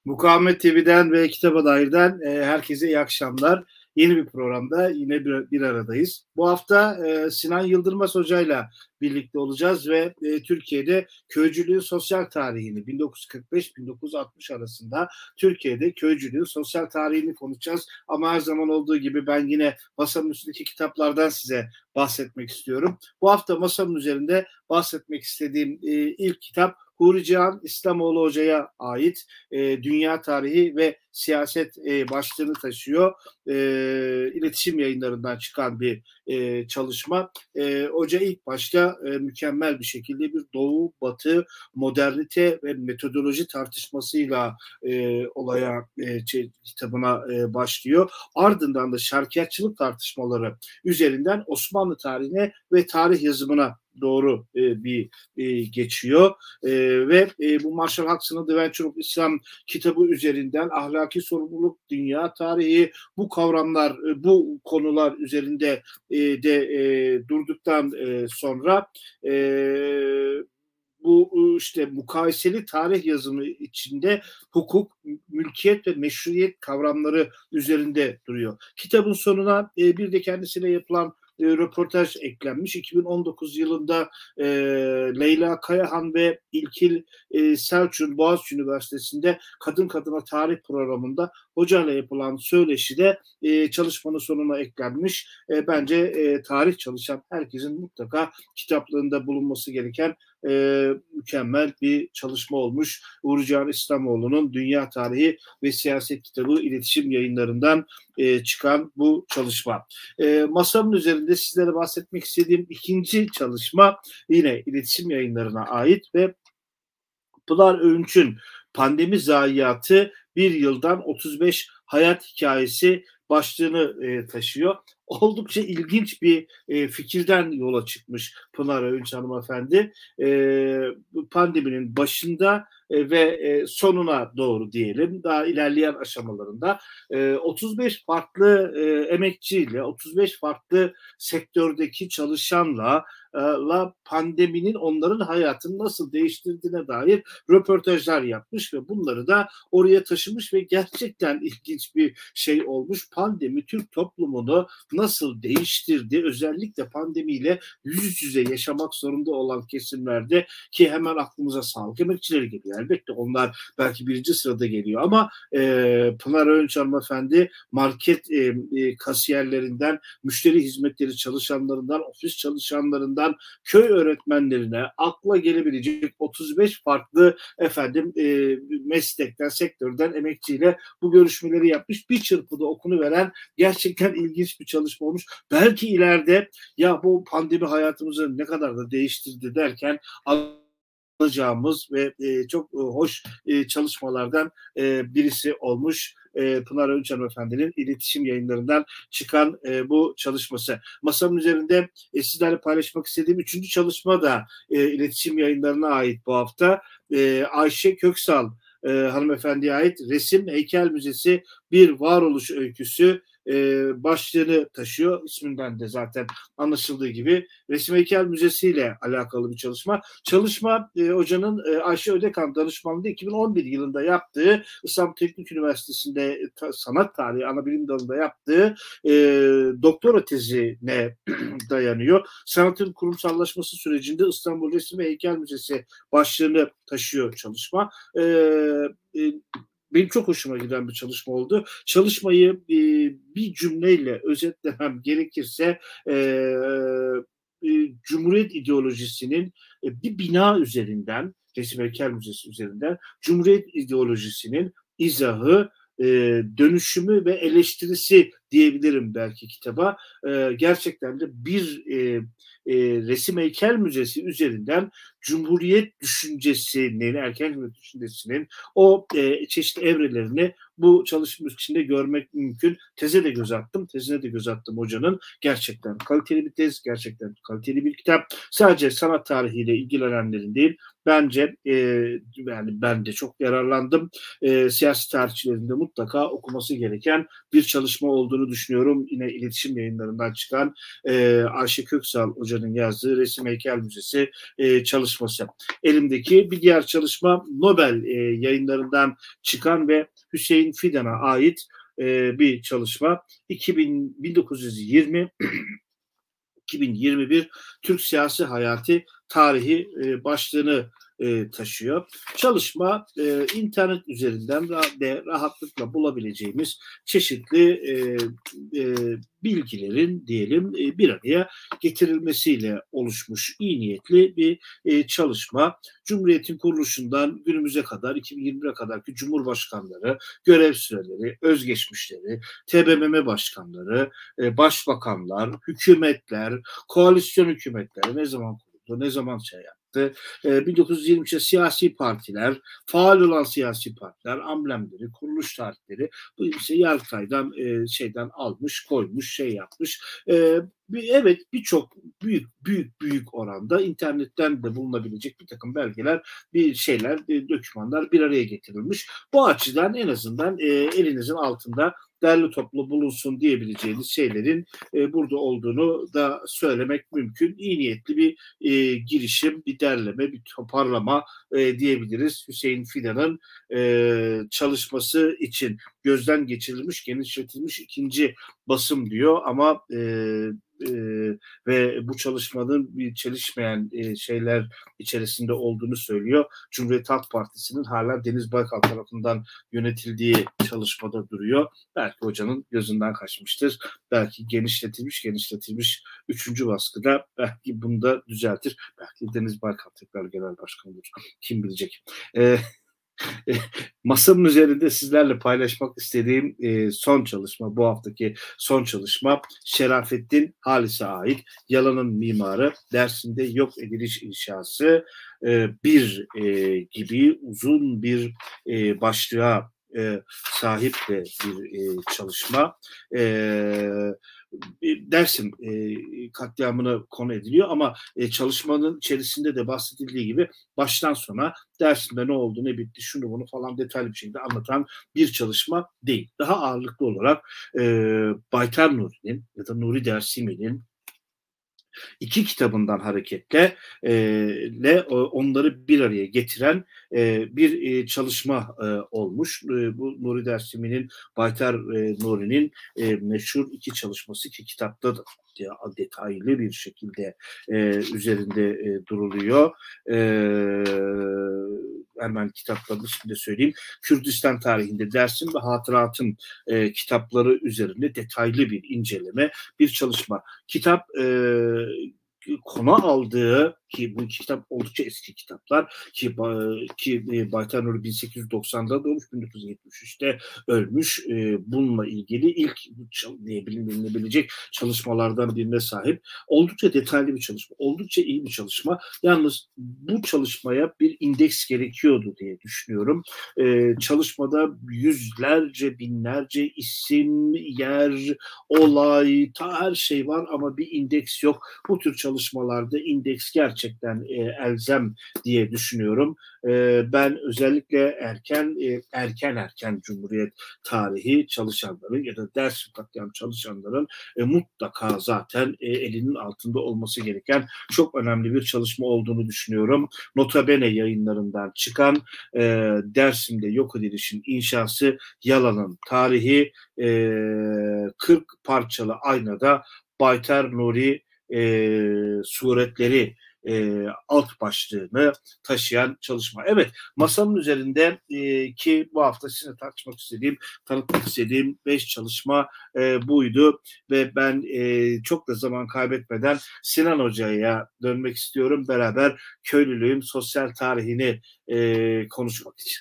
Mukavemet TV'den ve Kitaba Dair'den herkese iyi akşamlar. Yeni bir programda yine bir aradayız. Bu hafta Sinan Yıldırmaz Hoca'yla birlikte olacağız ve Türkiye'de köycülüğün sosyal tarihini 1945-1960 arasında Türkiye'de köycülüğün sosyal tarihini konuşacağız. Ama her zaman olduğu gibi ben yine masanın üstündeki kitaplardan size bahsetmek istiyorum. Bu hafta masanın üzerinde bahsetmek istediğim ilk kitap Huri Cihan İslamoğlu Hoca'ya ait Dünya Tarihi ve Siyaset başlığını taşıyor. İletişim Yayınlarından çıkan bir çalışma. Hoca ilk başta mükemmel bir şekilde bir Doğu, Batı, modernite ve metodoloji tartışmasıyla olaya kitabına başlıyor. Ardından da şarkiyatçılık tartışmaları üzerinden Osmanlı tarihine ve tarih yazımına doğru bir geçiyor. Ve bu Marshall Huxley'nin The Venture of Islam kitabı üzerinden ahlaki sorumluluk, dünya tarihi, bu kavramlar, bu konular üzerinde durduktan sonra bu işte mukayeseli tarih yazımı içinde hukuk, mülkiyet ve meşruiyet kavramları üzerinde duruyor. Kitabın sonuna bir de kendisine yapılan röportaj eklenmiş. 2019 yılında Leyla Kayahan ve İlkil Selçuk Boğaziçi Üniversitesi'nde Kadın Kadına Tarih programında hocayla yapılan söyleşi de çalışmanın sonuna eklenmiş. Bence tarih çalışan herkesin mutlaka kitaplığında bulunması gereken mükemmel bir çalışma olmuş. Huri Cihan İslamoğlu'nun Dünya Tarihi ve Siyaset kitabı İletişim Yayınlarından çıkan bu çalışma. Masamın üzerinde sizlere bahsetmek istediğim ikinci çalışma yine İletişim Yayınlarına ait ve Pınar Öğünç'ün Pandemi Zayiatı Bir Yıldan 35 Hayat Hikayesi başlığını taşıyor. Oldukça ilginç bir fikirden yola çıkmış Pınar Öğünç hanımefendi. Pandeminin başında ve sonuna doğru diyelim, daha ilerleyen aşamalarında 35 farklı emekçiyle, 35 farklı sektördeki çalışanla pandeminin onların hayatını nasıl değiştirdiğine dair röportajlar yapmış ve bunları da oraya taşımış ve gerçekten ilginç bir şey olmuş. Pandemi Türk toplumunu nasıl değiştirdi? Özellikle pandemiyle yüz yüze yaşamak zorunda olan kesimlerde, ki hemen aklımıza sağlık emekçileri geliyor. Elbette onlar belki birinci sırada geliyor ama Pınar Öğünç hanımefendi market kasiyerlerinden, müşteri hizmetleri çalışanlarından, ofis çalışanlarından, köy öğretmenlerine akla gelebilecek 35 farklı meslekten, sektörden emekçiyle bu görüşmeleri yapmış. Bir çırpıda okunuveren gerçekten ilginç bir çalışma olmuş. Belki ileride ya bu pandemi hayatımızı ne kadar da değiştirdi derken alacağımız ve çok hoş çalışmalardan birisi olmuş Pınar Öğünç hanımefendinin İletişim Yayınlarından çıkan bu çalışması. Masanın üzerinde sizlerle paylaşmak istediğim üçüncü çalışma da İletişim Yayınlarına ait bu hafta. Ayşe Köksal hanımefendiye ait Resim Heykel Müzesi Bir Varoluş Öyküsü başlığını taşıyor. İsminden de zaten anlaşıldığı gibi Resim Heykel Müzesi ile alakalı bir çalışma. Çalışma hocanın Ayşe Ödekan danışmanlığı 2011 yılında yaptığı, İstanbul Teknik Üniversitesi'nde sanat tarihi anabilim dalında yaptığı doktora tezine dayanıyor. Sanatın kurumsallaşması sürecinde İstanbul Resim ve Heykel Müzesi başlığını taşıyor çalışma. Benim çok hoşuma giden bir çalışma oldu. Çalışmayı bir cümleyle özetlemem gerekirse Cumhuriyet ideolojisinin bir bina üzerinden, Resim Heykel Müzesi üzerinden Cumhuriyet ideolojisinin izahı, dönüşümü ve eleştirisi diyebilirim belki kitaba. Gerçekten de bir Resim Heykel Müzesi üzerinden Cumhuriyet düşüncesinin, erken Cumhuriyet düşüncesinin o çeşitli evrelerini bu çalışma içinde görmek mümkün. Tezine de göz attım hocanın. Gerçekten kaliteli bir tez, gerçekten kaliteli bir kitap. Sadece sanat tarihiyle ilgilenenlerin değil, bence yani ben de çok yararlandım. Siyasi tarihçilerin de mutlaka okuması gereken bir çalışma olduğunu düşünüyorum. Yine iletişim yayınlarından çıkan Ayşe Köksal Hoca'nın yazdığı Resim Heykel Müzesi çalışması. Elimdeki bir diğer çalışma Nobel yayınlarından çıkan ve Hüseyin Fidan'a ait bir çalışma. 1920 2021 Türk Siyasi Hayatı Tarihi başlığını taşıyor. Çalışma internet üzerinden rahatlıkla bulabileceğimiz çeşitli bilgilerin diyelim bir araya getirilmesiyle oluşmuş iyi niyetli bir çalışma. Cumhuriyet'in kuruluşundan günümüze kadar 2021'e kadarki cumhurbaşkanları, görev süreleri, özgeçmişleri, TBMM başkanları, başbakanlar, hükümetler, koalisyon hükümetleri ne zaman kuruldu, ne zaman şey yaptı, 1923'te siyasi partiler, faal olan siyasi partiler, amblemleri, kuruluş tarihleri bu ise Yargıtay'dan şeyden almış, koymuş, şey yapmış. Evet, birçok büyük oranda internetten de bulunabilecek bir takım belgeler, bir şeyler, dokümanlar bir araya getirilmiş. Bu açıdan en azından elinizin altında derli toplu bulunsun diyebileceğiniz şeylerin burada olduğunu da söylemek mümkün. İyi niyetli bir girişim, bir derleme, bir toparlama diyebiliriz. Hüseyin Fidan'ın çalışması için gözden geçirilmiş, genişletilmiş ikinci basım diyor ama ve bu çalışmanın bir çelişmeyen şeyler içerisinde olduğunu söylüyor. Cumhuriyet Halk Partisi'nin hala Deniz Baykal tarafından yönetildiği çalışmada duruyor. Belki hocanın gözünden kaçmıştır. Belki genişletilmiş üçüncü baskıda belki bunu da düzeltir. Belki Deniz Baykal tekrar genel başkan olur. Kim bilecek? Masamın üzerinde sizlerle paylaşmak istediğim son çalışma, bu haftaki son çalışma Şerafettin Halis'e ait Yalanın Mimarı, Dersim'de Yok Ediliş İnşası bir gibi uzun bir başlığa sahip de bir çalışma. Dersim katliamına konu ediliyor ama çalışmanın içerisinde de bahsedildiği gibi baştan sona Dersim'de ne oldu, ne bitti, şunu bunu falan detaylı bir şekilde anlatan bir çalışma değil. Daha ağırlıklı olarak Baytar Nuri'nin ya da Nuri Dersimi'nin iki kitabından hareketle onları bir araya getiren bir çalışma olmuş. Bu Nuri Dersimi'nin, Baytar Nuri'nin meşhur iki çalışması ki kitapta da detaylı bir şekilde üzerinde duruluyor. Hemen kitaplarını şimdi söyleyeyim. Kürdistan tarihinde Dersim ve Hatıratım kitapları üzerinde detaylı bir inceleme, bir çalışma. Kitap konu aldığı ki bu kitap oldukça eski kitaplar ki Baytar Nuri 1890'da doğmuş, 1973'te ölmüş. Bununla ilgili ilk bilinebilecek çalışmalardan birine sahip. Oldukça detaylı bir çalışma, oldukça iyi bir çalışma. Yalnız bu çalışmaya bir indeks gerekiyordu diye düşünüyorum. Çalışmada yüzlerce, binlerce isim, yer, olay, her şey var ama bir indeks yok. Bu tür çalışmalarda indeks gerçekten elzem diye düşünüyorum. Ben özellikle erken Cumhuriyet tarihi çalışanların ya da ders katlayan çalışanların mutlaka zaten elinin altında olması gereken çok önemli bir çalışma olduğunu düşünüyorum. Notabene yayınlarından çıkan Dersim'de Yok Edilişin İnşası, Yalanın Tarihi, 40 parçalı aynada Baytar Nuri suretleri alt başlığını taşıyan çalışma. Evet, masamın üzerinde ki bu hafta sizinle tartışmak istediğim, tanıtmak istediğim 5 çalışma buydu ve ben çok da zaman kaybetmeden Sinan Hoca'ya dönmek istiyorum. Beraber köylülüğün sosyal tarihini konuşmak için.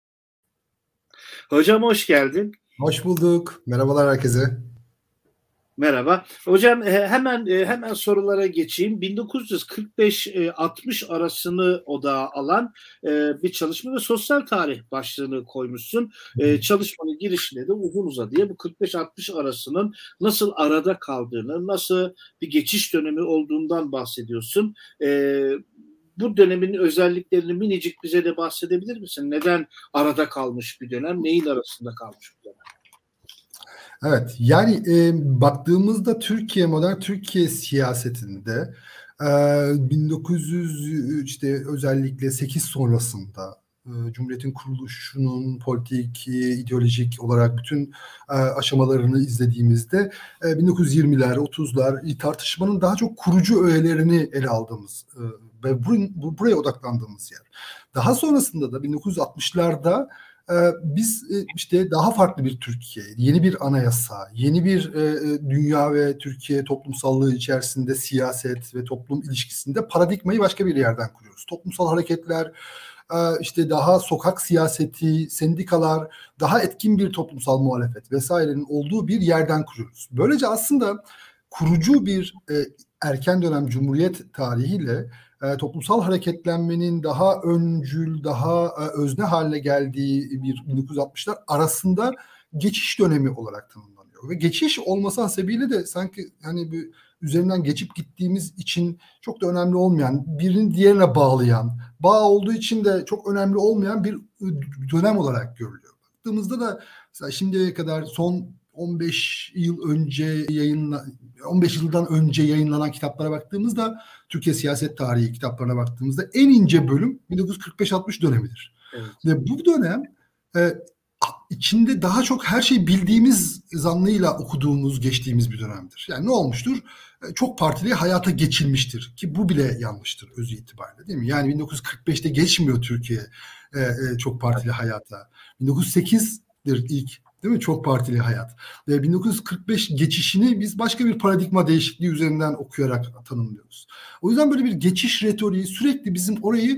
Hocam hoş geldin. Hoş bulduk. Merhabalar herkese. Merhaba. Hocam hemen sorulara geçeyim. 1945-60 arasını odağa alan bir çalışma ve sosyal tarih başlığını koymuşsun. Çalışmanın girişinde de uzun uzadıya bu 45-60 arasının nasıl arada kaldığını, nasıl bir geçiş dönemi olduğundan bahsediyorsun. Bu dönemin özelliklerini minicik bize de bahsedebilir misin? Neden arada kalmış bir dönem, neyin arasında kalmış bir dönem? Evet, yani baktığımızda modern Türkiye siyasetinde 1900 işte özellikle 8 sonrasında Cumhuriyet'in kuruluşunun politik, ideolojik olarak bütün aşamalarını izlediğimizde 1920'ler, 30'lar tartışmanın daha çok kurucu öğelerini ele aldığımız ve buraya odaklandığımız yer. Daha sonrasında da 1960'larda biz işte daha farklı bir Türkiye, yeni bir anayasa, yeni bir dünya ve Türkiye toplumsallığı içerisinde siyaset ve toplum ilişkisinde paradigmayı başka bir yerden kuruyoruz. Toplumsal hareketler, işte daha sokak siyaseti, sendikalar, daha etkin bir toplumsal muhalefet vesairenin olduğu bir yerden kuruyoruz. Böylece aslında kurucu bir erken dönem Cumhuriyet tarihiyle toplumsal hareketlenmenin daha öncül, daha özne haline geldiği bir 1960'lar arasında geçiş dönemi olarak tanımlanıyor. Ve geçiş olması hasebiyle de sanki hani bir üzerinden geçip gittiğimiz için çok da önemli olmayan, birinin diğerine bağlayan, bağ olduğu için de çok önemli olmayan bir dönem olarak görülüyor. Baktığımızda da mesela şimdiye kadar son 15 yıldan önce yayınlanan kitaplara baktığımızda, Türkiye siyaset tarihi kitaplarına baktığımızda en ince bölüm 1945-60 dönemidir. Evet. Ve bu dönem içinde daha çok her şeyi bildiğimiz zannıyla okuduğumuz, geçtiğimiz bir dönemdir. Yani ne olmuştur? Çok partili hayata geçilmiştir ki bu bile yanlıştır özü itibariyle, değil mi? Yani 1945'te geçmiyor Türkiye çok partili hayata. 1908'dir ilk, değil mi? Çok partili hayat. Ve 1945 geçişini biz başka bir paradigma değişikliği üzerinden okuyarak tanımlıyoruz. O yüzden böyle bir geçiş retoriği sürekli bizim orayı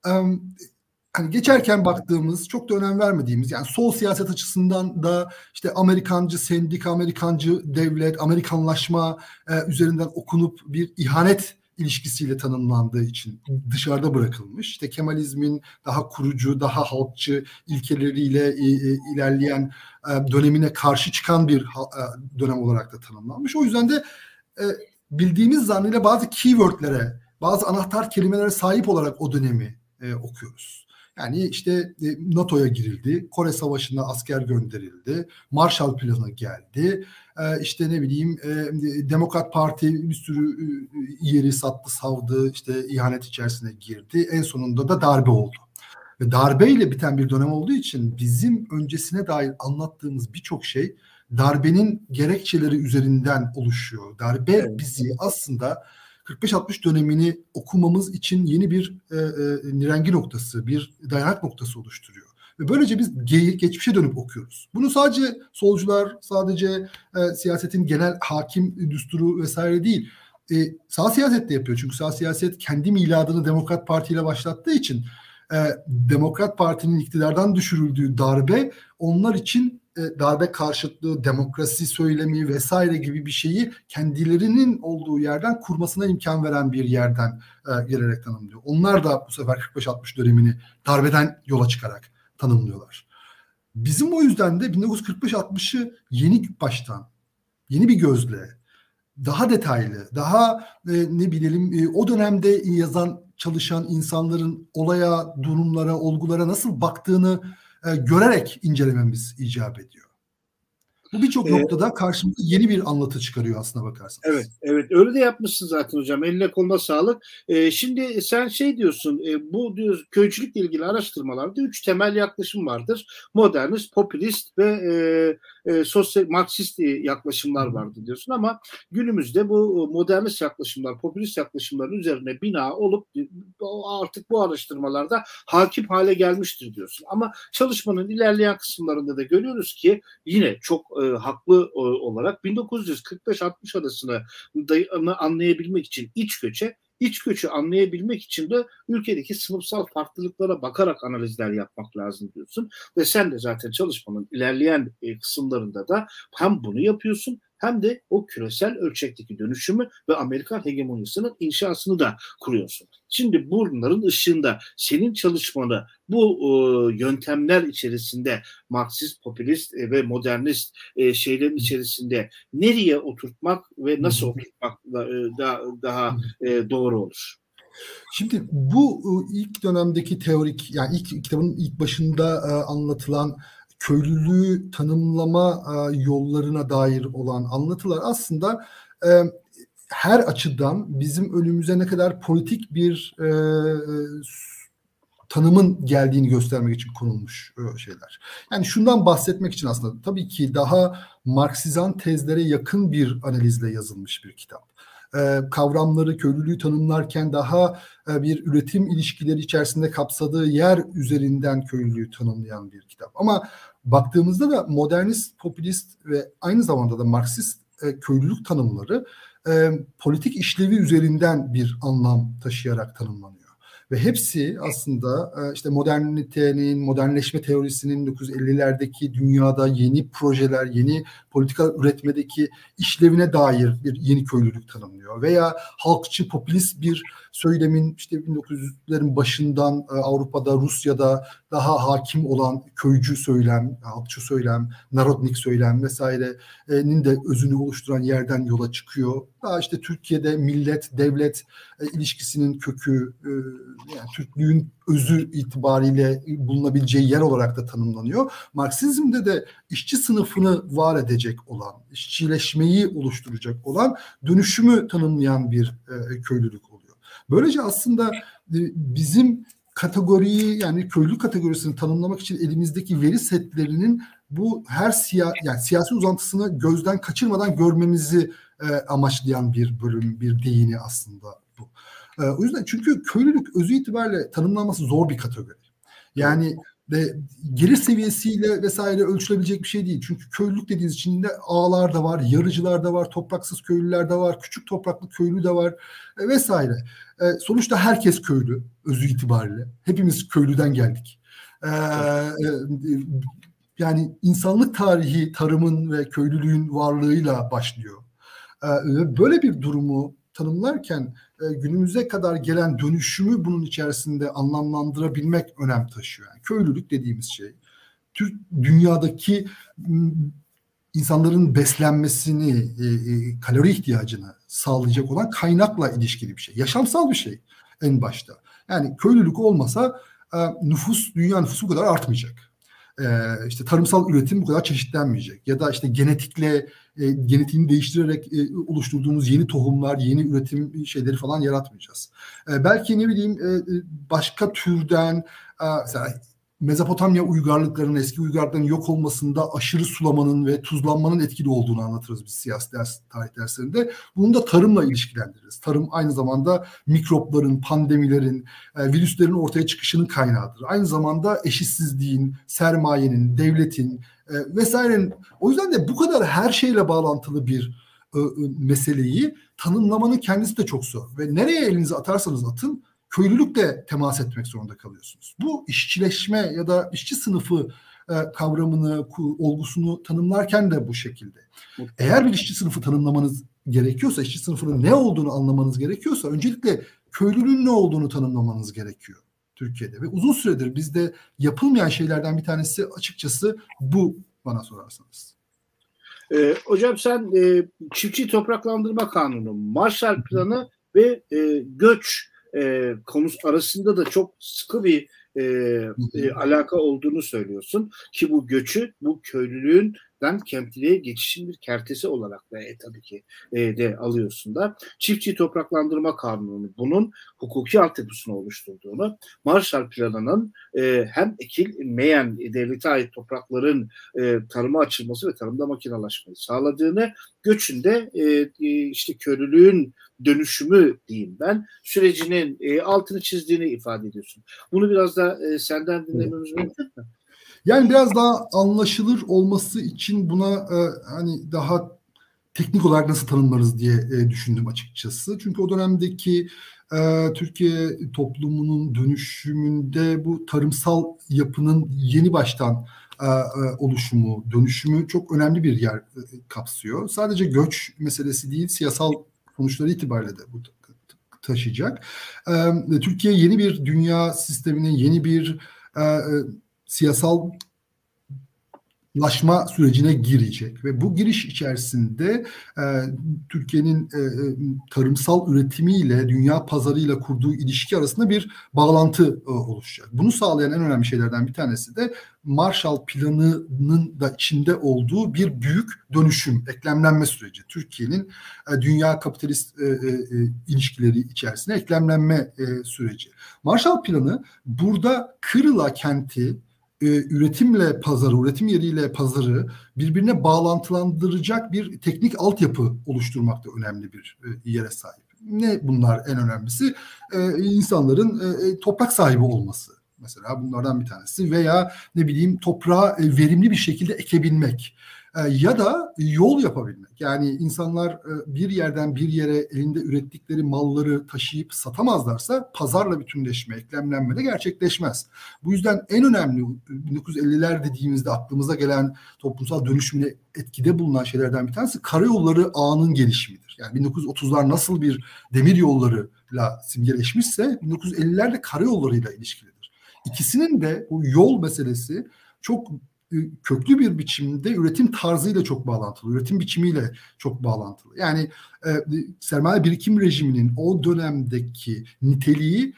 hani geçerken baktığımız, çok da önem vermediğimiz, yani sol siyaset açısından da işte Amerikancı sendika, Amerikancı devlet, Amerikanlaşma üzerinden okunup bir ihanet ilişkisiyle tanımlandığı için dışarıda bırakılmış. İşte Kemalizmin daha kurucu, daha halkçı ilkeleriyle ilerleyen dönemine karşı çıkan bir dönem olarak da tanımlanmış. O yüzden de bildiğimiz zannıyla bazı keywordlere, bazı anahtar kelimelere sahip olarak o dönemi okuyoruz. Yani işte NATO'ya girildi, Kore Savaşı'na asker gönderildi, Marshall Planı geldi, işte ne bileyim Demokrat Parti bir sürü yeri sattı, savdı, işte ihanet içerisine girdi, en sonunda da darbe oldu. Ve darbeyle biten bir dönem olduğu için bizim öncesine dair anlattığımız birçok şey darbenin gerekçeleri üzerinden oluşuyor. Darbe bizi aslında 45-60 dönemini okumamız için yeni bir nirengi noktası, bir dayanak noktası oluşturuyor. Ve böylece biz geçmişe dönüp okuyoruz. Bunu sadece solcular, sadece siyasetin genel hakim düsturu vesaire değil, sağ siyaset de yapıyor. Çünkü sağ siyaset kendi miladını Demokrat Parti ile başlattığı için Demokrat Parti'nin iktidardan düşürüldüğü darbe onlar için darbe karşıtlığı, demokrasi söylemi vesaire gibi bir şeyi kendilerinin olduğu yerden kurmasına imkan veren bir yerden gelerek tanımlıyor. Onlar da bu sefer 45-60 dönemini darbeden yola çıkarak tanımlıyorlar. Bizim o yüzden de 1945-60'ı yeni baştan, yeni bir gözle, daha detaylı, daha ne bilelim o dönemde çalışan insanların olaya, durumlara, olgulara nasıl baktığını görerek incelememiz icap ediyor. Bu birçok noktada karşımıza yeni bir anlatı çıkarıyor aslına bakarsanız. Evet, öyle de yapmışsın zaten hocam. Eline koluna sağlık. Şimdi sen şey diyorsun, bu diyoruz, köyçülükle ilgili araştırmalarda 3 temel yaklaşım vardır. Modernist, popülist ve sosyal Marksist yaklaşımlar vardır diyorsun ama günümüzde bu modernist yaklaşımlar, popülist yaklaşımların üzerine bina olup artık bu araştırmalarda hakim hale gelmiştir diyorsun. Ama çalışmanın ilerleyen kısımlarında da görüyoruz ki yine çok haklı olarak 1945-60 arasını anlayabilmek için iç göçü anlayabilmek için de ülkedeki sınıfsal farklılıklara bakarak analizler yapmak lazım diyorsun. Ve sen de zaten çalışmanın ilerleyen kısımlarında da hem bunu yapıyorsun hem de o küresel ölçekteki dönüşümü ve Amerikan hegemonyasının inşasını da kuruyorsun. Şimdi bunların ışığında senin çalışmanı bu yöntemler içerisinde Marksist, popülist ve modernist şeylerin içerisinde nereye oturtmak ve nasıl oturtmak daha doğru olur? Şimdi bu ilk dönemdeki teorik, yani ilk kitabın ilk başında anlatılan köylülüğü tanımlama yollarına dair olan anlatılar aslında her açıdan bizim önümüze ne kadar politik bir tanımın geldiğini göstermek için konulmuş şeyler. Yani şundan bahsetmek için aslında tabii ki daha Marksizan tezlere yakın bir analizle yazılmış bir kitap. Kavramları, köylülüğü tanımlarken daha bir üretim ilişkileri içerisinde kapsadığı yer üzerinden köylülüğü tanımlayan bir kitap. Ama baktığımızda da modernist, popülist ve aynı zamanda da Marksist köylülük tanımları politik işlevi üzerinden bir anlam taşıyarak tanımlanıyor. Ve hepsi aslında işte modernitenin, modernleşme teorisinin 1950'lerdeki dünyada yeni projeler, yeni politika üretmedeki işlevine dair bir yeni köylülük tanımlıyor. Veya halkçı, popülist bir söylemin işte 1900'lerin başından Avrupa'da, Rusya'da daha hakim olan köycü söylem, halkçı söylem, narodnik söylem vesairenin de özünü oluşturan yerden yola çıkıyor. Daha işte Türkiye'de millet, devlet ilişkisinin kökü, yani Türklüğün özü itibariyle bulunabileceği yer olarak da tanımlanıyor. Marksizm'de de işçi sınıfını var edecek olan, işçileşmeyi oluşturacak olan dönüşümü tanımlayan bir köylülük oluyor. Böylece aslında bizim kategoriyi, yani köylülük kategorisini tanımlamak için elimizdeki veri setlerinin bu her yani siyasi uzantısını gözden kaçırmadan görmemizi amaçlayan bir bölüm, bir değini aslında bu. O yüzden, çünkü köylülük özü itibariyle tanımlanması zor bir kategori. Yani gelir seviyesiyle vesaire ölçülebilecek bir şey değil. Çünkü köylülük dediğiniz içinde ağalar da var, yarıcılar da var, topraksız köylüler de var, küçük topraklı köylü de var vesaire. Sonuçta herkes köylü özü itibariyle. Hepimiz köylüden geldik. Yani insanlık tarihi tarımın ve köylülüğün varlığıyla başlıyor. Böyle bir durumu tanımlarken günümüze kadar gelen dönüşümü bunun içerisinde anlamlandırabilmek önem taşıyor. Yani köylülük dediğimiz şey dünyadaki insanların beslenmesini, kalori ihtiyacını sağlayacak olan kaynakla ilişkili bir şey. Yaşamsal bir şey en başta. Yani köylülük olmasa dünya nüfusu bu kadar artmayacak. İşte tarımsal üretim bu kadar çeşitlenmeyecek. Ya da işte genetiğini değiştirerek oluşturduğumuz yeni tohumlar, yeni üretim şeyleri falan yaratmayacağız. Belki ne bileyim başka türden mesela Mezopotamya uygarlıklarının, eski uygarlıkların yok olmasında aşırı sulamanın ve tuzlanmanın etkili olduğunu anlatırız biz siyasi tarih derslerinde. Bunu da tarımla ilişkilendiririz. Tarım aynı zamanda mikropların, pandemilerin, virüslerin ortaya çıkışının kaynağıdır. Aynı zamanda eşitsizliğin, sermayenin, devletin vesairenin. O yüzden de bu kadar her şeyle bağlantılı bir meseleyi tanımlamanın kendisi de çok zor. Ve nereye elinizi atarsanız atın, köylülükle temas etmek zorunda kalıyorsunuz. Bu işçileşme ya da işçi sınıfı kavramını, olgusunu tanımlarken de bu şekilde. Eğer bir işçi sınıfı tanımlamanız gerekiyorsa, işçi sınıfının ne olduğunu anlamanız gerekiyorsa öncelikle köylülüğün ne olduğunu tanımlamanız gerekiyor Türkiye'de. Ve uzun süredir bizde yapılmayan şeylerden bir tanesi açıkçası bu, bana sorarsanız. Hocam sen çiftçi topraklandırma kanunu, Marshall Planı ve göç konusu arasında da çok sıkı bir alaka olduğunu söylüyorsun ki bu göçü, bu köylülüğünden kentliliğe geçişin bir kertesi olarak da tabii ki de alıyorsun da çiftçi topraklandırma kanunu bunun hukuki altyapısını oluşturduğunu, Marshall Planı'nın hem ekilmeyen devlete ait toprakların tarıma açılması ve tarımda makinalaşmayı sağladığını, göçünde işte köylülüğün dönüşümü diyeyim ben sürecinin altını çizdiğini ifade ediyorsun. Bunu biraz da senden dinlememiz mümkün mü? Yani biraz daha anlaşılır olması için buna hani daha teknik olarak nasıl tanımlarız diye düşündüm açıkçası. Çünkü o dönemdeki Türkiye toplumunun dönüşümünde bu tarımsal yapının yeni baştan oluşumu, dönüşümü çok önemli bir yer kapsıyor. Sadece göç meselesi değil, siyasal sonuçları itibariyle de bu taşıyacak. Türkiye yeni bir dünya sistemine, yeni bir siyasal laşma sürecine girecek ve bu giriş içerisinde Türkiye'nin tarımsal üretimiyle dünya pazarıyla kurduğu ilişki arasında bir bağlantı oluşacak. Bunu sağlayan en önemli şeylerden bir tanesi de Marshall Planı'nın da içinde olduğu bir büyük dönüşüm, eklemlenme süreci. Türkiye'nin dünya kapitalist ilişkileri içerisine eklemlenme süreci. Marshall Planı burada Kırıla kenti üretimle pazarı, üretim yeriyle pazarı birbirine bağlantılandıracak bir teknik altyapı oluşturmakta önemli bir yere sahip. Ne bunlar en önemlisi? İnsanların toprak sahibi olması. Mesela bunlardan bir tanesi veya ne bileyim toprağı verimli bir şekilde ekebilmek. Ya da yol yapabilmek. Yani insanlar bir yerden bir yere elinde ürettikleri malları taşıyıp satamazlarsa pazarla bütünleşme, eklemlenme de gerçekleşmez. Bu yüzden en önemli 1950'ler dediğimizde aklımıza gelen toplumsal dönüşümüne etkide bulunan şeylerden bir tanesi karayolları ağının gelişimidir. Yani 1930'lar nasıl bir demir yollarıyla simgeleşmişse 1950'ler de karayollarıyla ilişkilidir. İkisinin de bu yol meselesi çok köklü bir biçimde üretim tarzıyla çok bağlantılı, üretim biçimiyle çok bağlantılı. Yani sermaye birikim rejiminin o dönemdeki niteliği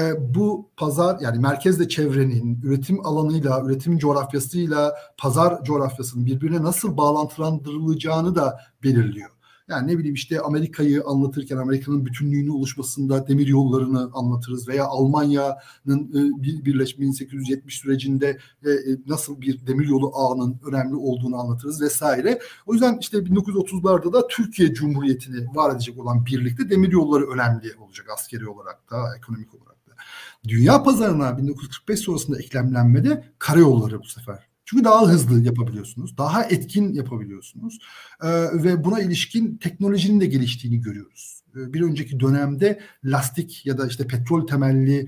bu pazar yani merkezle çevrenin üretim alanıyla, üretim coğrafyasıyla pazar coğrafyasının birbirine nasıl bağlantılandırılacağını da belirliyor. Yani ne bileyim işte Amerika'yı anlatırken Amerika'nın bütünlüğünü oluşmasında demir yollarını anlatırız veya Almanya'nın birleşme 1870 sürecinde nasıl bir demir yolu ağının önemli olduğunu anlatırız vesaire. O yüzden işte 1930'larda da Türkiye Cumhuriyeti'ni var edecek olan birlikte demir yolları önemli olacak askeri olarak da ekonomik olarak da. Dünya pazarına 1945 sonrasında eklemlenmede karayolları bu sefer. Çünkü daha hızlı yapabiliyorsunuz, daha etkin yapabiliyorsunuz ve buna ilişkin teknolojinin de geliştiğini görüyoruz. Bir önceki dönemde lastik ya da işte petrol temelli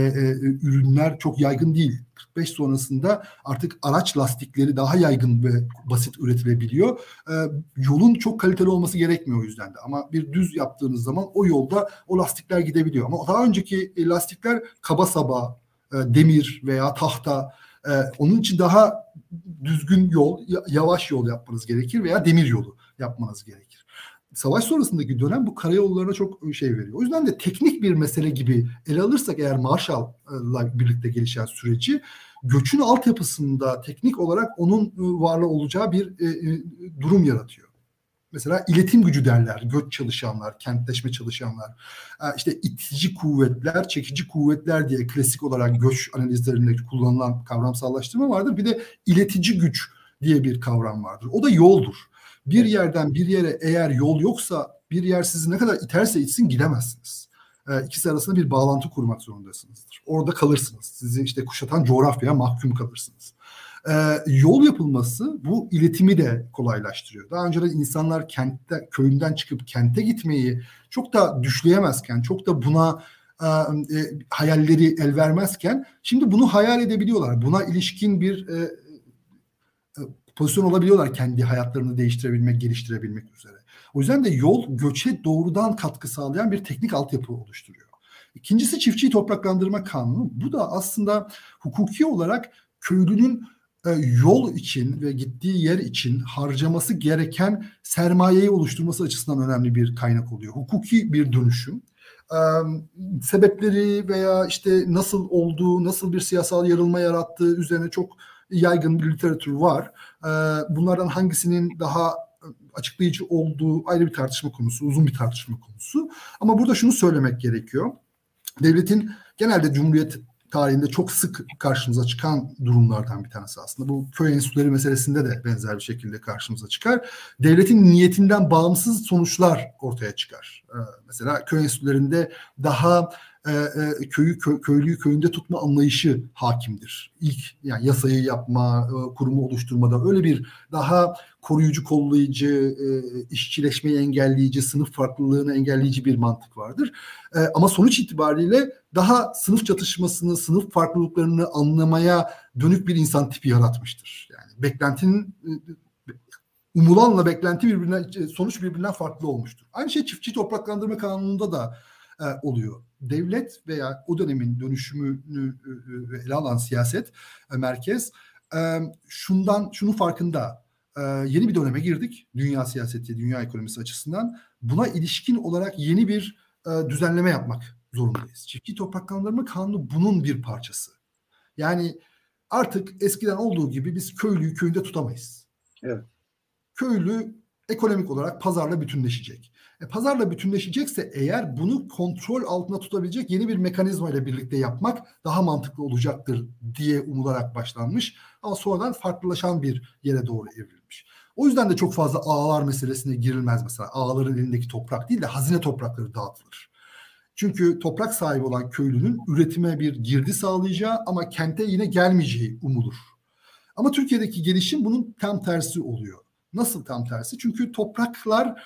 ürünler çok yaygın değil. 45 sonrasında artık araç lastikleri daha yaygın ve basit üretilebiliyor. Yolun çok kaliteli olması gerekmiyor o yüzden de. Ama bir düz yaptığınız zaman o yolda o lastikler gidebiliyor. Ama daha önceki lastikler kaba saba, demir veya tahta. Onun için daha düzgün yol, yavaş yol yapmanız gerekir veya demir yolu yapmanız gerekir. Savaş sonrasındaki dönem bu karayollarına çok şey veriyor. O yüzden de teknik bir mesele gibi ele alırsak eğer Marshall'la birlikte gelişen süreci göçün altyapısında teknik olarak onun varlığı olacağı bir durum yaratıyor. Mesela iletim gücü derler, göç çalışanlar, kentleşme çalışanlar. İşte itici kuvvetler, çekici kuvvetler diye klasik olarak göç analizlerinde kullanılan kavramsallaştırma vardır. Bir de iletici güç diye bir kavram vardır. O da yoldur. Bir yerden bir yere eğer yol yoksa bir yer sizi ne kadar iterse itsin gidemezsiniz. İkisi arasında bir bağlantı kurmak zorundasınızdır. Orada kalırsınız. Sizi işte kuşatan coğrafyaya mahkum kalırsınız. Yol yapılması bu iletimi de kolaylaştırıyor. Daha önce de insanlar köyünden çıkıp kente gitmeyi çok da düşleyemezken, çok da buna hayalleri el vermezken şimdi bunu hayal edebiliyorlar. Buna ilişkin bir pozisyon olabiliyorlar kendi hayatlarını değiştirebilmek, geliştirebilmek üzere. O yüzden de yol göçe doğrudan katkı sağlayan bir teknik altyapı oluşturuyor. İkincisi çiftçiyi topraklandırma kanunu. Bu da aslında hukuki olarak köylünün yol için ve gittiği yer için harcaması gereken sermayeyi oluşturması açısından önemli bir kaynak oluyor. Hukuki bir dönüşüm. Sebepleri veya işte nasıl olduğu, nasıl bir siyasal yarılma yarattığı üzerine çok yaygın bir literatür var. Bunlardan hangisinin daha açıklayıcı olduğu ayrı bir tartışma konusu, uzun bir tartışma konusu. Ama burada şunu söylemek gerekiyor. Devletin genelde Cumhuriyet tarihinde çok sık karşımıza çıkan durumlardan bir tanesi aslında. Bu köy enstitüleri meselesinde de benzer bir şekilde karşımıza çıkar. Devletin niyetinden bağımsız sonuçlar ortaya çıkar. Mesela köy enstitülerinde daha köylüyü köyünde tutma anlayışı hakimdir. İlk yani yasayı yapma, kurumu oluşturmada öyle bir daha koruyucu, kollayıcı, işçileşmeyi engelleyici, sınıf farklılığını engelleyici bir mantık vardır. Ama sonuç itibariyle daha sınıf çatışmasını, sınıf farklılıklarını anlamaya dönük bir insan tipi yaratmıştır. Yani beklentinin umulanla beklenti sonuç birbirinden farklı olmuştur. Aynı şey çiftçi topraklandırma kanununda da oluyor. Devlet veya o dönemin dönüşümünü ele alan siyaset merkez şunun farkında. Yeni bir döneme girdik. Dünya siyaseti, dünya ekonomisi açısından. Buna ilişkin olarak yeni bir düzenleme yapmak zorundayız. Çiftçi topraklandırma kanunu bunun bir parçası. Yani artık eskiden olduğu gibi biz köylüyü köyünde tutamayız. Evet. Köylü ekonomik olarak pazarla bütünleşecek. Pazarla bütünleşecekse eğer bunu kontrol altına tutabilecek yeni bir mekanizma ile birlikte yapmak daha mantıklı olacaktır diye umularak başlanmış. Ama sonradan farklılaşan bir yere doğru evrilmiş. O yüzden de çok fazla ağalar meselesine girilmez mesela. Ağaların elindeki toprak değil de hazine toprakları dağıtılır. Çünkü toprak sahibi olan köylünün üretime bir girdi sağlayacağı ama kente yine gelmeyeceği umulur. Ama Türkiye'deki gelişim bunun tam tersi oluyor. Nasıl tam tersi? Çünkü topraklar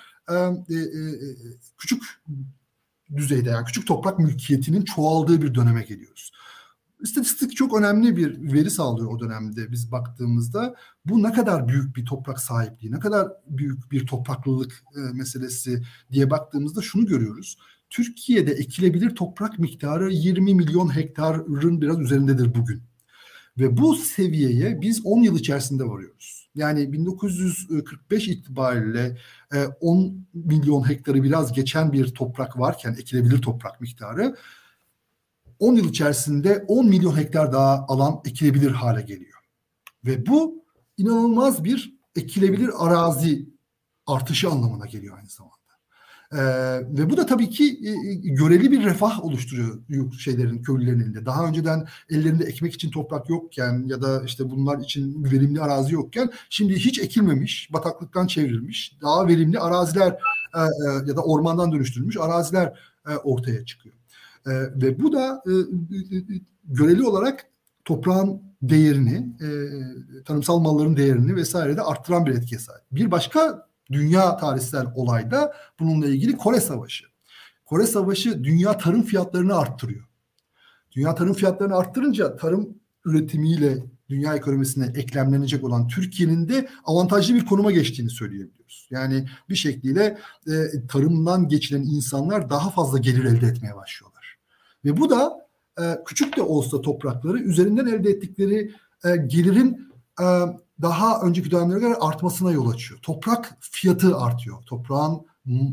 küçük düzeyde yani küçük toprak mülkiyetinin çoğaldığı bir döneme geliyoruz. İstatistik çok önemli bir veri sağlıyor o dönemde biz baktığımızda. Bu ne kadar büyük bir toprak sahipliği, ne kadar büyük bir topraklılık meselesi diye baktığımızda şunu görüyoruz. Türkiye'de ekilebilir toprak miktarı 20 milyon hektarın biraz üzerindedir bugün. Ve bu seviyeye biz 10 yıl içerisinde varıyoruz. Yani 1945 itibariyle 10 milyon hektarı biraz geçen bir toprak varken ekilebilir toprak miktarı 10 yıl içerisinde 10 milyon hektar daha alan ekilebilir hale geliyor. Ve bu inanılmaz bir ekilebilir arazi artışı anlamına geliyor aynı zamanda. Ve bu da tabii ki göreli bir refah oluşturuyor köylülerin elinde. Daha önceden ellerinde ekmek için toprak yokken ya da işte bunlar için verimli arazi yokken şimdi hiç ekilmemiş, bataklıktan çevrilmiş, daha verimli araziler ya da ormandan dönüştürülmüş araziler ortaya çıkıyor. Ve bu da göreli olarak toprağın değerini, tarımsal malların değerini vesaire de arttıran bir etkiye sahip. Bir başka dünya tarihsel olayda bununla ilgili Kore Savaşı. Kore Savaşı dünya tarım fiyatlarını arttırıyor. Dünya tarım fiyatlarını arttırınca tarım üretimiyle dünya ekonomisine eklemlenecek olan Türkiye'nin de avantajlı bir konuma geçtiğini söyleyebiliyoruz. Yani bir şekliyle tarımdan geçilen insanlar daha fazla gelir elde etmeye başlıyorlar. Ve bu da küçük de olsa toprakları üzerinden elde ettikleri gelirin daha önceki dönemlere göre artmasına yol açıyor. Toprak fiyatı artıyor. Toprağın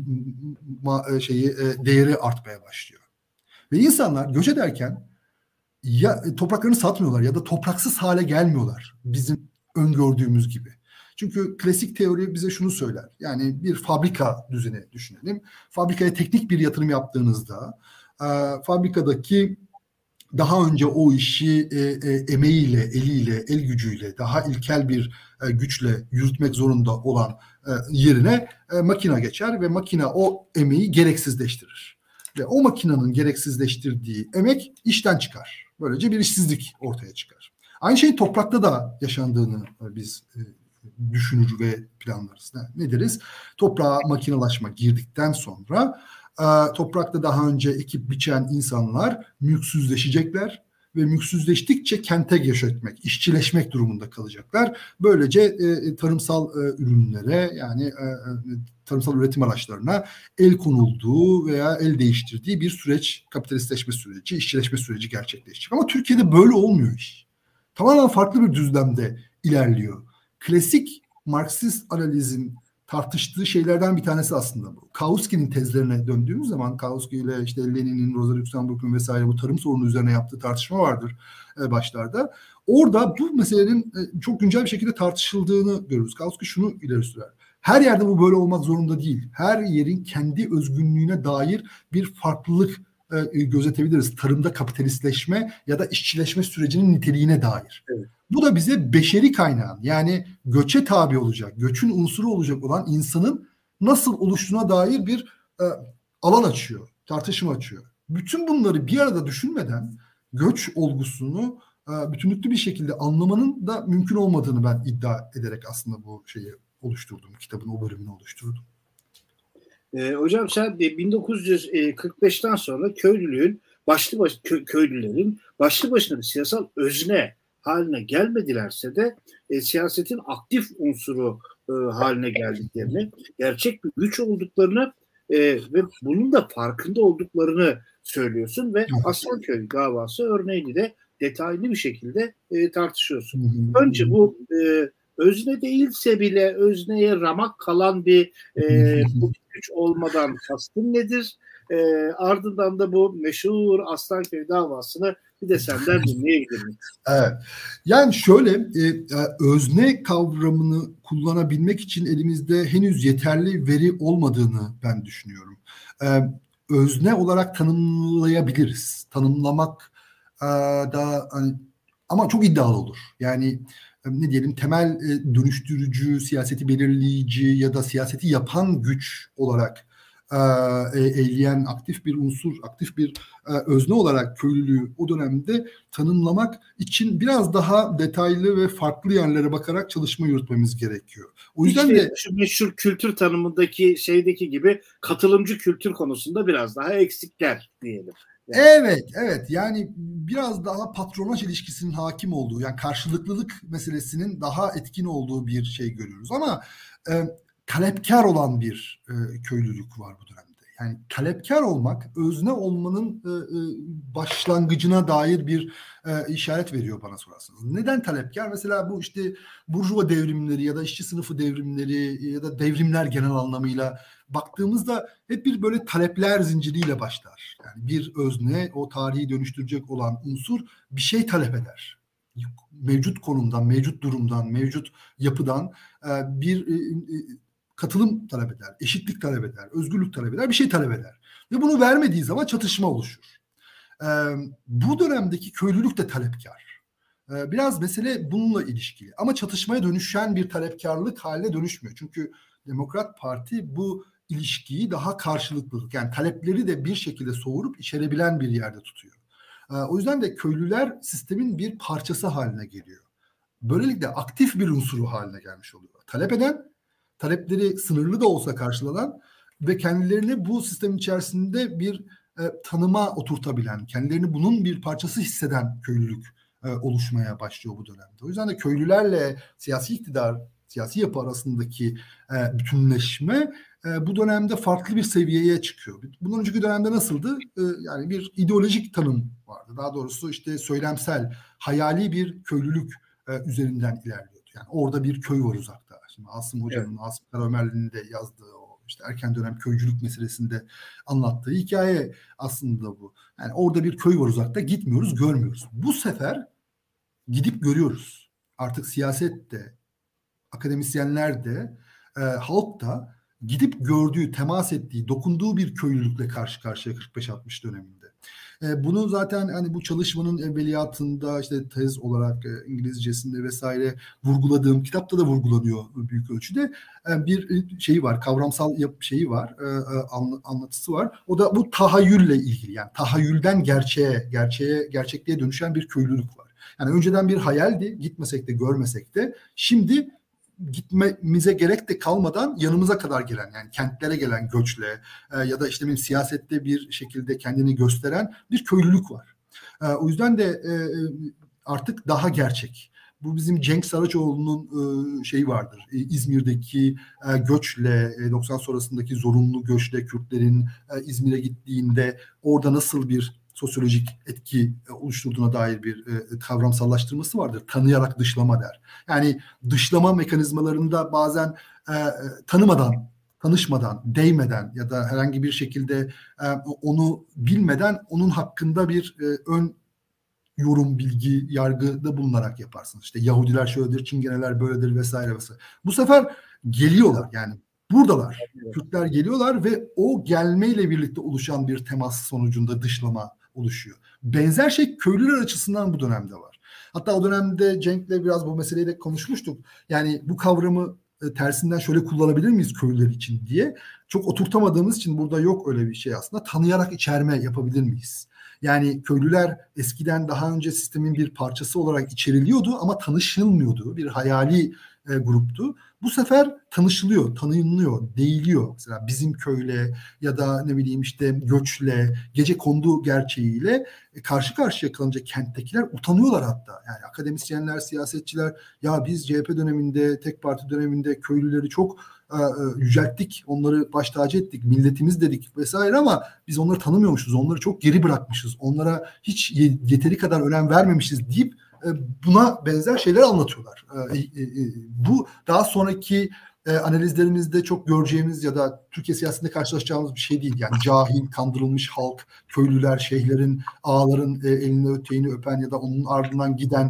değeri artmaya başlıyor. Ve insanlar göç ederken ya topraklarını satmıyorlar ya da topraksız hale gelmiyorlar bizim öngördüğümüz gibi. Çünkü klasik teori bize şunu söyler. Yani bir fabrika düzeni düşünelim. Fabrikaya teknik bir yatırım yaptığınızda fabrikadaki daha önce o işi emeğiyle, eliyle, el gücüyle, daha ilkel bir güçle yürütmek zorunda olan yerine makine geçer ve makine o emeği gereksizleştirir. Ve o makinenin gereksizleştirdiği emek işten çıkar. Böylece bir işsizlik ortaya çıkar. Aynı şeyin toprakta da yaşandığını biz düşünür ve planlarız. Ne deriz? Toprağa makinalaşma girdikten sonra toprakta daha önce ekip biçen insanlar mülksüzleşecekler ve mülksüzleştikçe kente göç etmek, işçileşmek durumunda kalacaklar. Böylece tarımsal ürünlere yani tarımsal üretim araçlarına el konulduğu veya el değiştirdiği bir süreç, kapitalistleşme süreci, işçileşme süreci gerçekleşecek. Ama Türkiye'de böyle olmuyor iş. Tamamen farklı bir düzlemde ilerliyor. Klasik Marksist analizin tartıştığı şeylerden bir tanesi aslında bu. Kautsky'nin tezlerine döndüğümüz zaman Kautsky ile işte Lenin'in, Rosa Luxemburg'un vesaire bu tarım sorunu üzerine yaptığı tartışma vardır başlarda. Orada bu meselenin çok güncel bir şekilde tartışıldığını görürüz. Kautsky şunu ileri sürer. Her yerde bu böyle olmak zorunda değil. Her yerin kendi özgünlüğüne dair bir farklılık gözetebiliriz. Tarımda kapitalistleşme ya da işçileşme sürecinin niteliğine dair. Evet. Bu da bize beşeri kaynağın yani göçe tabi olacak, göçün unsuru olacak olan insanın nasıl oluştuğuna dair bir alan açıyor, tartışma açıyor. Bütün bunları bir arada düşünmeden göç olgusunu bütünlüklü bir şekilde anlamanın da mümkün olmadığını ben iddia ederek aslında bu şeyi oluşturdum. Kitabın o bölümünü oluşturdum. Hocam sen 1945'ten sonra köylülüğün köylülerin başlı başına bir siyasal özne haline gelmedilerse de siyasetin aktif unsuru haline geldiklerini, gerçek bir güç olduklarını ve bunun da farkında olduklarını söylüyorsun ve Aslanköy davası örneğini de detaylı bir şekilde tartışıyorsun. Önce bu özne değilse bile özneye ramak kalan bir güç olmadan kastın nedir? Ardından da bu meşhur Aslanköy davasını bir de senden dinleyebilirim. Evet. Yani şöyle özne kavramını kullanabilmek için elimizde henüz yeterli veri olmadığını ben düşünüyorum. Özne olarak tanımlayabiliriz. Tanımlamak da hani, ama çok iddialı olur. Yani ne diyelim, temel dönüştürücü, siyaseti belirleyici ya da siyaseti yapan güç olarak eyleyen aktif bir unsur, aktif bir özne olarak köylülüğü o dönemde tanımlamak için biraz daha detaylı ve farklı yerlere bakarak çalışma yürütmemiz gerekiyor. O yüzden işte de şu meşhur kültür tanımındaki şeydeki gibi katılımcı kültür konusunda biraz daha eksikler diyelim. Yani. Evet. Yani biraz daha patronaj ilişkisinin hakim olduğu, yani karşılıklılık meselesinin daha etkin olduğu bir şey görüyoruz. Ama talepkar olan bir köylülük var bu dönemde. Yani talepkar olmak, özne olmanın başlangıcına dair bir işaret veriyor bana sorarsanız. Neden talepkar? Mesela bu işte Burjuva devrimleri ya da işçi sınıfı devrimleri ya da devrimler genel anlamıyla baktığımızda hep bir böyle talepler zinciriyle başlar. Yani bir özne, o tarihi dönüştürecek olan unsur bir şey talep eder. Mevcut konumdan, mevcut durumdan, mevcut yapıdan bir katılım talep eder, eşitlik talep eder, özgürlük talep eder, bir şey talep eder. Ve bunu vermediği zaman çatışma oluşur. Bu dönemdeki köylülük de talepkar. Biraz mesele bununla ilişkili. Ama çatışmaya dönüşen bir talepkarlık haline dönüşmüyor. Çünkü Demokrat Parti bu ilişkiyi daha karşılıklılık, yani talepleri de bir şekilde soğurup içerebilen bir yerde tutuyor. O yüzden de köylüler sistemin bir parçası haline geliyor. Böylelikle aktif bir unsuru haline gelmiş oluyor. Talep eden, talepleri sınırlı da olsa karşılanan ve kendilerini bu sistemin içerisinde bir tanıma oturtabilen, kendilerini bunun bir parçası hisseden köylülük oluşmaya başlıyor bu dönemde. O yüzden de köylülerle siyasi iktidar, siyasi yapı arasındaki bütünleşme bu dönemde farklı bir seviyeye çıkıyor. Bundan önceki dönemde nasıldı? Yani bir ideolojik tanım vardı. Daha doğrusu işte söylemsel, hayali bir köylülük üzerinden ilerliyordu. Yani orada bir köy var uzakta. Şimdi Asım Hoca'nın, evet, Asım Karaömerli'nin de yazdığı o işte erken dönem köycülük meselesinde anlattığı hikaye aslında bu. Yani orada bir köy var uzakta, gitmiyoruz, görmüyoruz. Bu sefer gidip görüyoruz. Artık siyaset de, akademisyenler de, halk da gidip gördüğü, temas ettiği, dokunduğu bir köylülükle karşı karşıya 45-60 döneminde. Bunu zaten hani bu çalışmanın evveliyatında işte tez olarak İngilizcesinde vesaire vurguladığım kitapta da vurgulanıyor büyük ölçüde. Bir şeyi var, kavramsal şeyi var, anlatısı var. O da bu tahayyülle ilgili, yani tahayyülden gerçekliğe dönüşen bir köylülük var. Yani önceden bir hayaldi, gitmesek de görmesek de, şimdi gitmemize gerek de kalmadan yanımıza kadar gelen, yani kentlere gelen göçle ya da işte benim siyasette bir şekilde kendini gösteren bir köylülük var. O yüzden de artık daha gerçek. Bu bizim Cenk Saraçoğlu'nun şeyi vardır. İzmir'deki göçle, 90 sonrasındaki zorunlu göçle Kürtlerin İzmir'e gittiğinde orada nasıl bir sosyolojik etki oluşturduğuna dair bir kavramsallaştırması vardır. Tanıyarak dışlama der. Yani dışlama mekanizmalarında bazen tanımadan, tanışmadan, değmeden ya da herhangi bir şekilde onu bilmeden onun hakkında bir ön yorum, bilgi, yargıda bulunarak yaparsınız. İşte Yahudiler şöyledir, Çingeneler böyledir vesaire vesaire. Bu sefer geliyorlar, yani buradalar. Kürtler geliyorlar ve o gelmeyle birlikte oluşan bir temas sonucunda dışlama oluşuyor. Benzer şey köylüler açısından bu dönemde var. Hatta o dönemde Cenk'le biraz bu meseleyi de konuşmuştuk. Yani bu kavramı tersinden şöyle kullanabilir miyiz köylüler için diye çok oturtamadığımız için burada yok öyle bir şey aslında. Tanıyarak içerme yapabilir miyiz? Yani köylüler eskiden daha önce sistemin bir parçası olarak içeriliyordu ama tanışılmıyordu. Bir hayali gruptu. Bu sefer tanışılıyor, tanınıyor, değiliyor. Mesela bizim köyle ya da ne bileyim işte göçle, gecekondu gerçeğiyle karşı karşıya kalınca kenttekiler utanıyorlar hatta. Yani akademisyenler, siyasetçiler ya biz CHP döneminde, tek parti döneminde köylüleri çok yücelttik, onları baş tacı ettik, milletimiz dedik vesaire ama biz onları tanımıyormuşuz, onları çok geri bırakmışız, onlara hiç yeteri kadar önem vermemişiz deyip buna benzer şeyler anlatıyorlar. Bu daha sonraki analizlerimizde çok göreceğimiz ya da Türkiye siyasetinde karşılaşacağımız bir şey değil. Yani cahil, kandırılmış halk, köylüler, şeyhlerin, ağaların elini öteğini öpen ya da onun ardından giden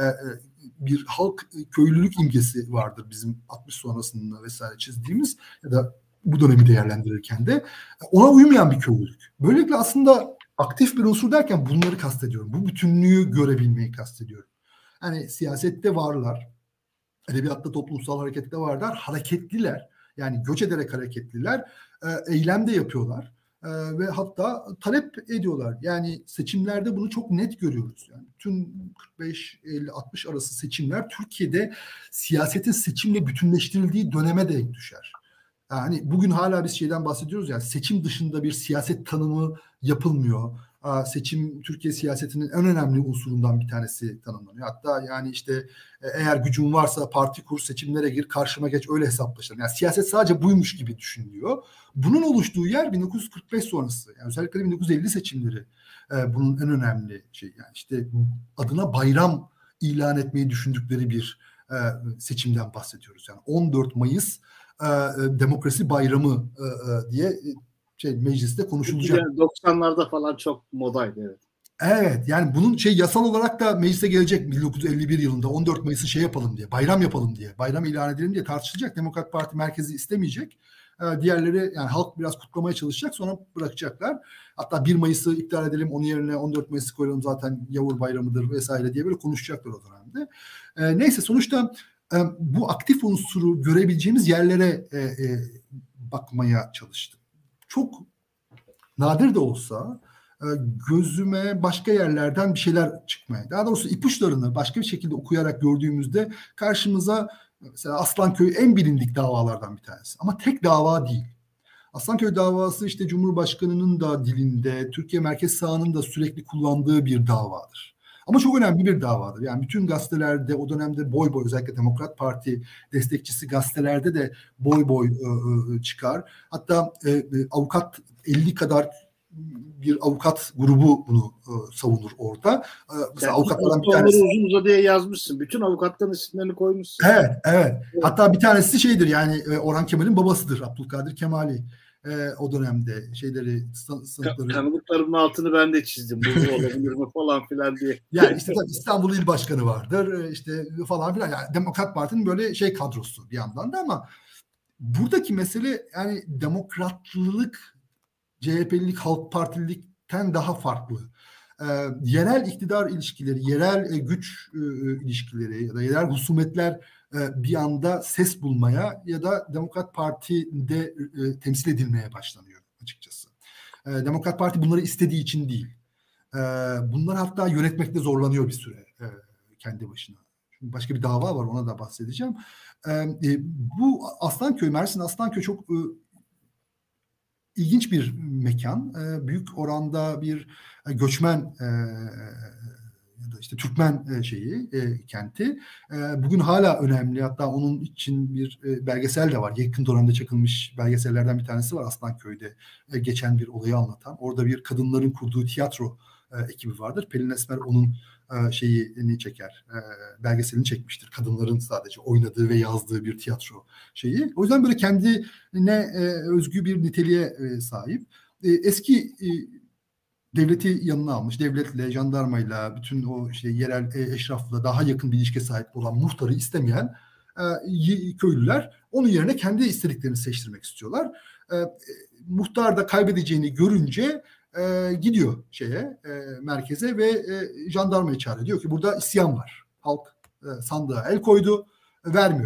bir halk köylülük imgesi vardır bizim 60 sonrasında vesaire çizdiğimiz ya da bu dönemi değerlendirirken de ona uymayan bir köylülük. Böylelikle aslında aktif bir unsur derken bunları kastediyorum. Bu bütünlüğü görebilmeyi kastediyorum. Yani siyasette varlar, edebiyatta, toplumsal harekette varlar, hareketliler. Yani göç ederek hareketliler, eylem de yapıyorlar ve hatta talep ediyorlar. Yani seçimlerde bunu çok net görüyoruz. Yani tüm 45, 50, 60 arası seçimler Türkiye'de siyasetin seçimle bütünleştirildiği döneme denk düşer. Yani bugün hala biz şeyden bahsediyoruz ya, seçim dışında bir siyaset tanımı yapılmıyor. Seçim Türkiye siyasetinin en önemli unsurundan bir tanesi tanımlanıyor. Hatta yani işte eğer gücün varsa parti kur, seçimlere gir, karşıma geç, öyle hesaplaşalım. Yani siyaset sadece buymuş gibi düşünülüyor. Bunun oluştuğu yer 1945 sonrası. Yani özellikle 1950 seçimleri bunun en önemli şey. Yani işte adına bayram ilan etmeyi düşündükleri bir seçimden bahsediyoruz. Yani 14 Mayıs Demokrasi Bayramı diye mecliste konuşulacak. 90'larda falan çok modaydı, evet. Evet, yani bunun yasal olarak da meclise gelecek 1951 yılında 14 Mayıs'ı yapalım diye, bayram yapalım diye, bayram ilan edelim diye tartışılacak. Demokrat Parti merkezi istemeyecek. Diğerleri yani halk biraz kutlamaya çalışacak, sonra bırakacaklar. Hatta 1 Mayıs'ı iptal edelim, onun yerine 14 Mayıs'ı koyalım, zaten Yavur Bayramı'dır vesaire diye böyle konuşacaklar o dönemde. Neyse, sonuçta bu aktif unsuru görebileceğimiz yerlere bakmaya çalıştım. Çok nadir de olsa gözüme başka yerlerden bir şeyler çıkmaya, daha doğrusu ipuçlarını başka bir şekilde okuyarak gördüğümüzde karşımıza mesela Aslanköy en bilindik davalardan bir tanesi. Ama tek dava değil. Aslanköy davası işte Cumhurbaşkanı'nın da dilinde, Türkiye Merkez Sağı'nın da sürekli kullandığı bir davadır. Ama çok önemli bir davadır. Yani bütün gazetelerde o dönemde boy boy, özellikle Demokrat Parti destekçisi gazetelerde de boy boy çıkar. Hatta avukat 50 kadar bir avukat grubu bunu savunur orada. Mesela avukatlardan bir tanesi. Uzun uzadıya yazmışsın. Bütün avukatların isimlerini koymuşsun. Evet. Hatta bir tanesi şeydir, yani Orhan Kemal'in babasıdır. Abdülkadir Kemali. O dönemde sınıfları. Tanıdıklarımın altını ben de çizdim. Bu olabilir mi falan filan diye. Yani işte İstanbul İl Başkanı vardır. İşte falan filan. Yani Demokrat Parti'nin böyle kadrosu bir yandan da, ama buradaki mesele yani demokratlılık CHP'lilik, Halk Partililikten daha farklı. Yerel iktidar ilişkileri, yerel güç ilişkileri ya da yerel husumetler bir anda ses bulmaya ya da Demokrat Parti'de temsil edilmeye başlanıyor açıkçası. Demokrat Parti bunları istediği için değil. Bunlar hatta yönetmekte zorlanıyor bir süre kendi başına. Şimdi başka bir dava var, ona da bahsedeceğim. Bu Aslanköy, Mersin Aslanköy çok ilginç bir mekan. Büyük oranda bir göçmen ya da işte Türkmen kenti. Bugün hala önemli. Hatta onun için bir belgesel de var. Yakın dönemde çekilmiş belgesellerden bir tanesi var Aslanköy'de. Geçen bir olayı anlatan. Orada bir kadınların kurduğu tiyatro ekibi vardır. Pelin Esmer onun çeker. Belgeselini çekmiştir. Kadınların sadece oynadığı ve yazdığı bir tiyatro şeyi. O yüzden böyle kendine özgü bir niteliğe sahip. Eski devleti yanına almış. Devletle, jandarmayla, bütün o yerel eşrafla daha yakın bir ilişkiye sahip olan muhtarı istemeyen köylüler onun yerine kendi istediklerini seçtirmek istiyorlar. Muhtar da kaybedeceğini görünce gidiyor merkeze ve jandarmayı çağırıyor. Diyor ki burada isyan var. Halk sandığa el koydu, vermiyor.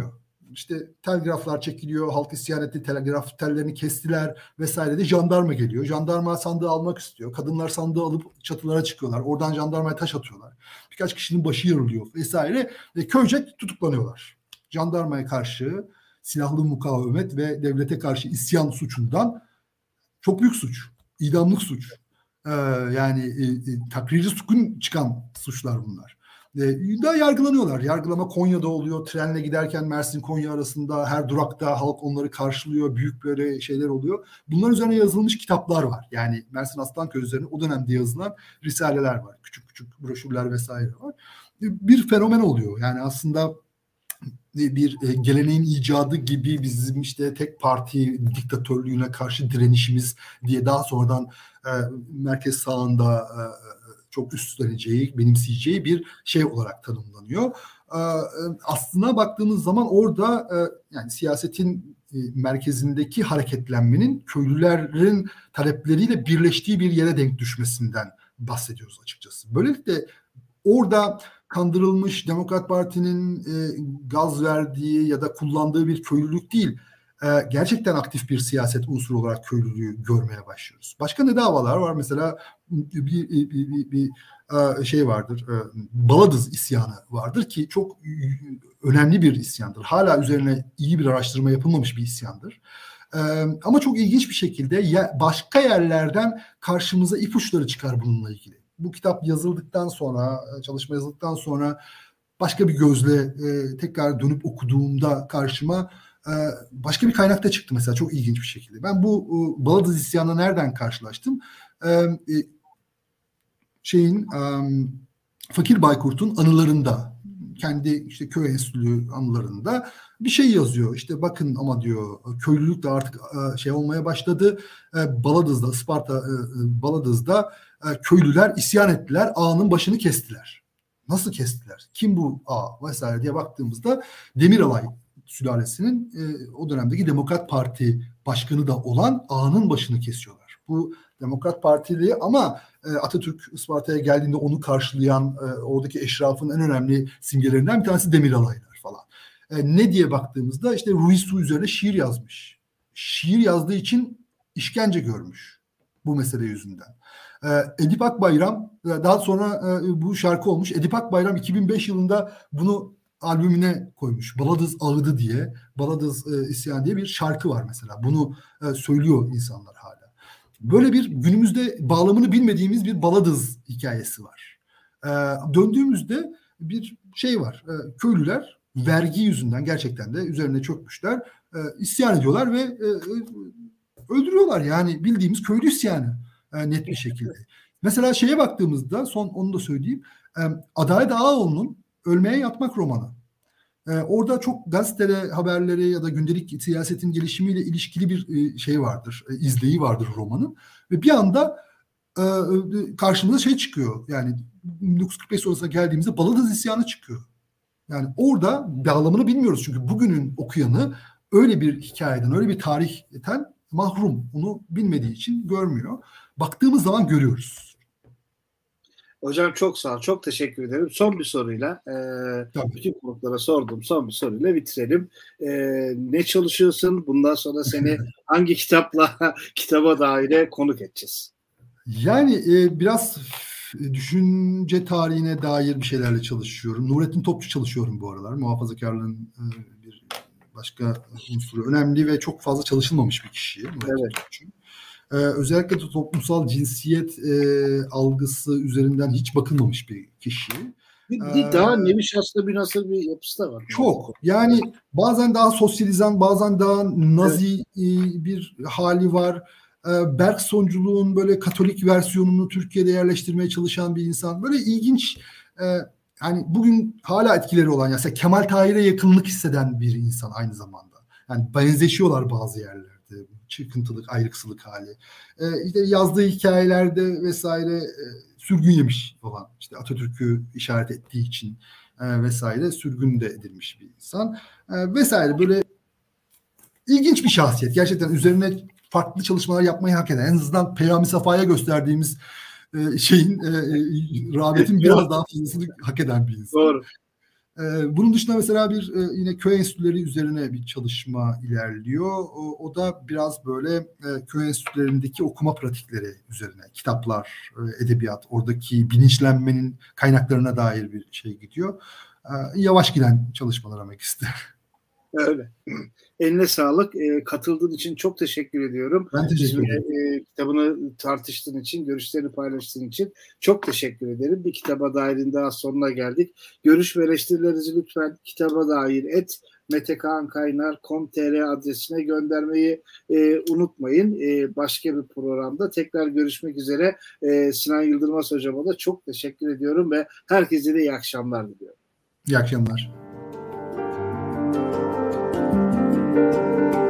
işte telgraflar çekiliyor, halk isyan etti, telgraf tellerini kestiler vesaire de jandarma geliyor. Jandarma sandığı almak istiyor. Kadınlar sandığı alıp çatılara çıkıyorlar. Oradan jandarmaya taş atıyorlar. Birkaç kişinin başı yarılıyor vesaire. Köyce tutuklanıyorlar. Jandarmaya karşı silahlı mukavemet ve devlete karşı isyan suçundan çok büyük suç. İdamlık suç. Yani takriri sukun çıkan suçlar bunlar. Da yargılanıyorlar. Yargılama Konya'da oluyor. Trenle giderken Mersin-Konya arasında her durakta halk onları karşılıyor. Büyük böyle şeyler oluyor. Bunların üzerine yazılmış kitaplar var. Yani Mersin Aslanköy üzerine o dönemde yazılan risaleler var. Küçük küçük broşürler vesaire var. Bir fenomen oluyor. Yani aslında bir geleneğin icadı gibi bizim işte tek parti diktatörlüğüne karşı direnişimiz diye daha sonradan merkez sağında çok üstleneceği, benimseyeceği bir şey olarak tanımlanıyor. Aslına baktığımız zaman orada yani siyasetin merkezindeki hareketlenmenin köylülerin talepleriyle birleştiği bir yere denk düşmesinden bahsediyoruz açıkçası. Böylelikle orada kandırılmış Demokrat Parti'nin gaz verdiği ya da kullandığı bir köylülük değil, gerçekten aktif bir siyaset unsuru olarak köylülüğü görmeye başlıyoruz. Başka ne davalar var? Mesela bir şey vardır, Baladız isyanı vardır ki çok önemli bir isyandır. Hala üzerine iyi bir araştırma yapılmamış bir isyandır. Ama çok ilginç bir şekilde başka yerlerden karşımıza ipuçları çıkar bununla ilgili. Bu kitap yazıldıktan sonra, çalışma yazıldıktan sonra başka bir gözle tekrar dönüp okuduğumda karşıma başka bir kaynakta çıktı mesela çok ilginç bir şekilde. Ben bu Baladız isyanını nereden karşılaştım? Fakir Baykurt'un anılarında, kendi işte köy enstitülü anılarında bir şey yazıyor. İşte bakın ama diyor köylülük de artık şey olmaya başladı. Baladız'da, Isparta Baladız'da köylüler isyan ettiler. Ağanın başını kestiler. Nasıl kestiler? Kim bu ağa vesaire diye baktığımızda Demiralay sülalesinin o dönemdeki Demokrat Parti başkanı da olan ağanın başını kesiyorlar. Bu Demokrat Partili ama Atatürk Isparta'ya geldiğinde onu karşılayan oradaki eşrafın en önemli simgelerinden bir tanesi Demiralaylar falan. Ne diye baktığımızda işte Ruiz Su üzerine şiir yazmış. Şiir yazdığı için işkence görmüş bu mesele yüzünden. Edip Akbayram daha sonra bu şarkı olmuş. Edip Akbayram 2005 yılında bunu albümüne koymuş. Baladız Ağıdı diye, Baladız İsyan diye bir şarkı var mesela. Bunu söylüyor insanlar hala. Böyle bir günümüzde bağlamını bilmediğimiz bir Baladız hikayesi var. Döndüğümüzde bir şey var. Köylüler vergi yüzünden gerçekten de üzerine çökmüşler. İsyan ediyorlar ve öldürüyorlar. Yani bildiğimiz köylü isyanı net bir şekilde. Mesela şeye baktığımızda son onu da söyleyeyim. Adalet Ağaoğlu'nun Ölmeye Yatmak romanı. Orada çok gazete haberleri ya da gündelik siyasetin gelişimiyle ilişkili bir şey vardır, izleyi vardır romanın. Ve bir anda karşımıza şey çıkıyor. Yani 1945 sonrasına geldiğimizde Baladız isyanı çıkıyor. Yani orada bağlamını bilmiyoruz çünkü bugünün okuyanı öyle bir hikayeden, öyle bir tarihten mahrum. Onu bilmediği için görmüyor. Baktığımız zaman görüyoruz. Hocam çok sağ ol. Çok teşekkür ederim. Son bir soruyla bütün konuklara sorduğum son bir soruyla bitirelim. Ne çalışıyorsun? Bundan sonra seni hangi kitaba dair konuk edeceğiz? Yani biraz düşünce tarihine dair bir şeylerle çalışıyorum. Nurettin Topçu çalışıyorum bu aralar. Muhafazakarlığın bir başka unsuru. Önemli ve çok fazla çalışılmamış bir kişi. Evet. Topçu. Özellikle de toplumsal cinsiyet algısı üzerinden hiç bakılmamış bir kişi. Daha nevi şahsında bir nasıl bir yapısı da var. Çok. Yani bazen daha sosyalizan, bazen daha nazi bir hali var. Bergson'culuğun böyle Katolik versiyonunu Türkiye'de yerleştirmeye çalışan bir insan. Böyle ilginç, yani bugün hala etkileri olan, yani Kemal Tahir'e yakınlık hisseden bir insan aynı zamanda. Yani benzeşiyorlar bazı yerlerde. Çıkıntılık, ayrıksılık hali. İşte yazdığı hikayelerde vesaire sürgün yemiş falan. İşte Atatürk'ü işaret ettiği için vesaire sürgün de edilmiş bir insan. Vesaire böyle ilginç bir şahsiyet. Gerçekten üzerine farklı çalışmalar yapmayı hak eden. En azından Peyami Safa'ya gösterdiğimiz rağbetin biraz daha fazlasını hak eden bir insan. Doğru. Bunun dışında mesela yine köy enstitüleri üzerine bir çalışma ilerliyor. O da biraz böyle köy enstitülerindeki okuma pratikleri üzerine. Kitaplar, edebiyat, oradaki bilinçlenmenin kaynaklarına dair bir şey gidiyor. Yavaş giden çalışmalar ama ikisi de. Öyle. Eline sağlık. Katıldığın için çok teşekkür ediyorum. Ben teşekkür ederim. Kitabını tartıştığın için, görüşlerini paylaştığın için çok teşekkür ederim. Bir Kitaba Dair'in daha sonuna geldik. Görüş ve eleştirilerinizi lütfen kitaba dair @metekankaynar.com.tr adresine göndermeyi unutmayın. Başka bir programda tekrar görüşmek üzere. Sinan Yıldırmaz hocama da çok teşekkür ediyorum ve herkese de iyi akşamlar diliyorum. İyi akşamlar.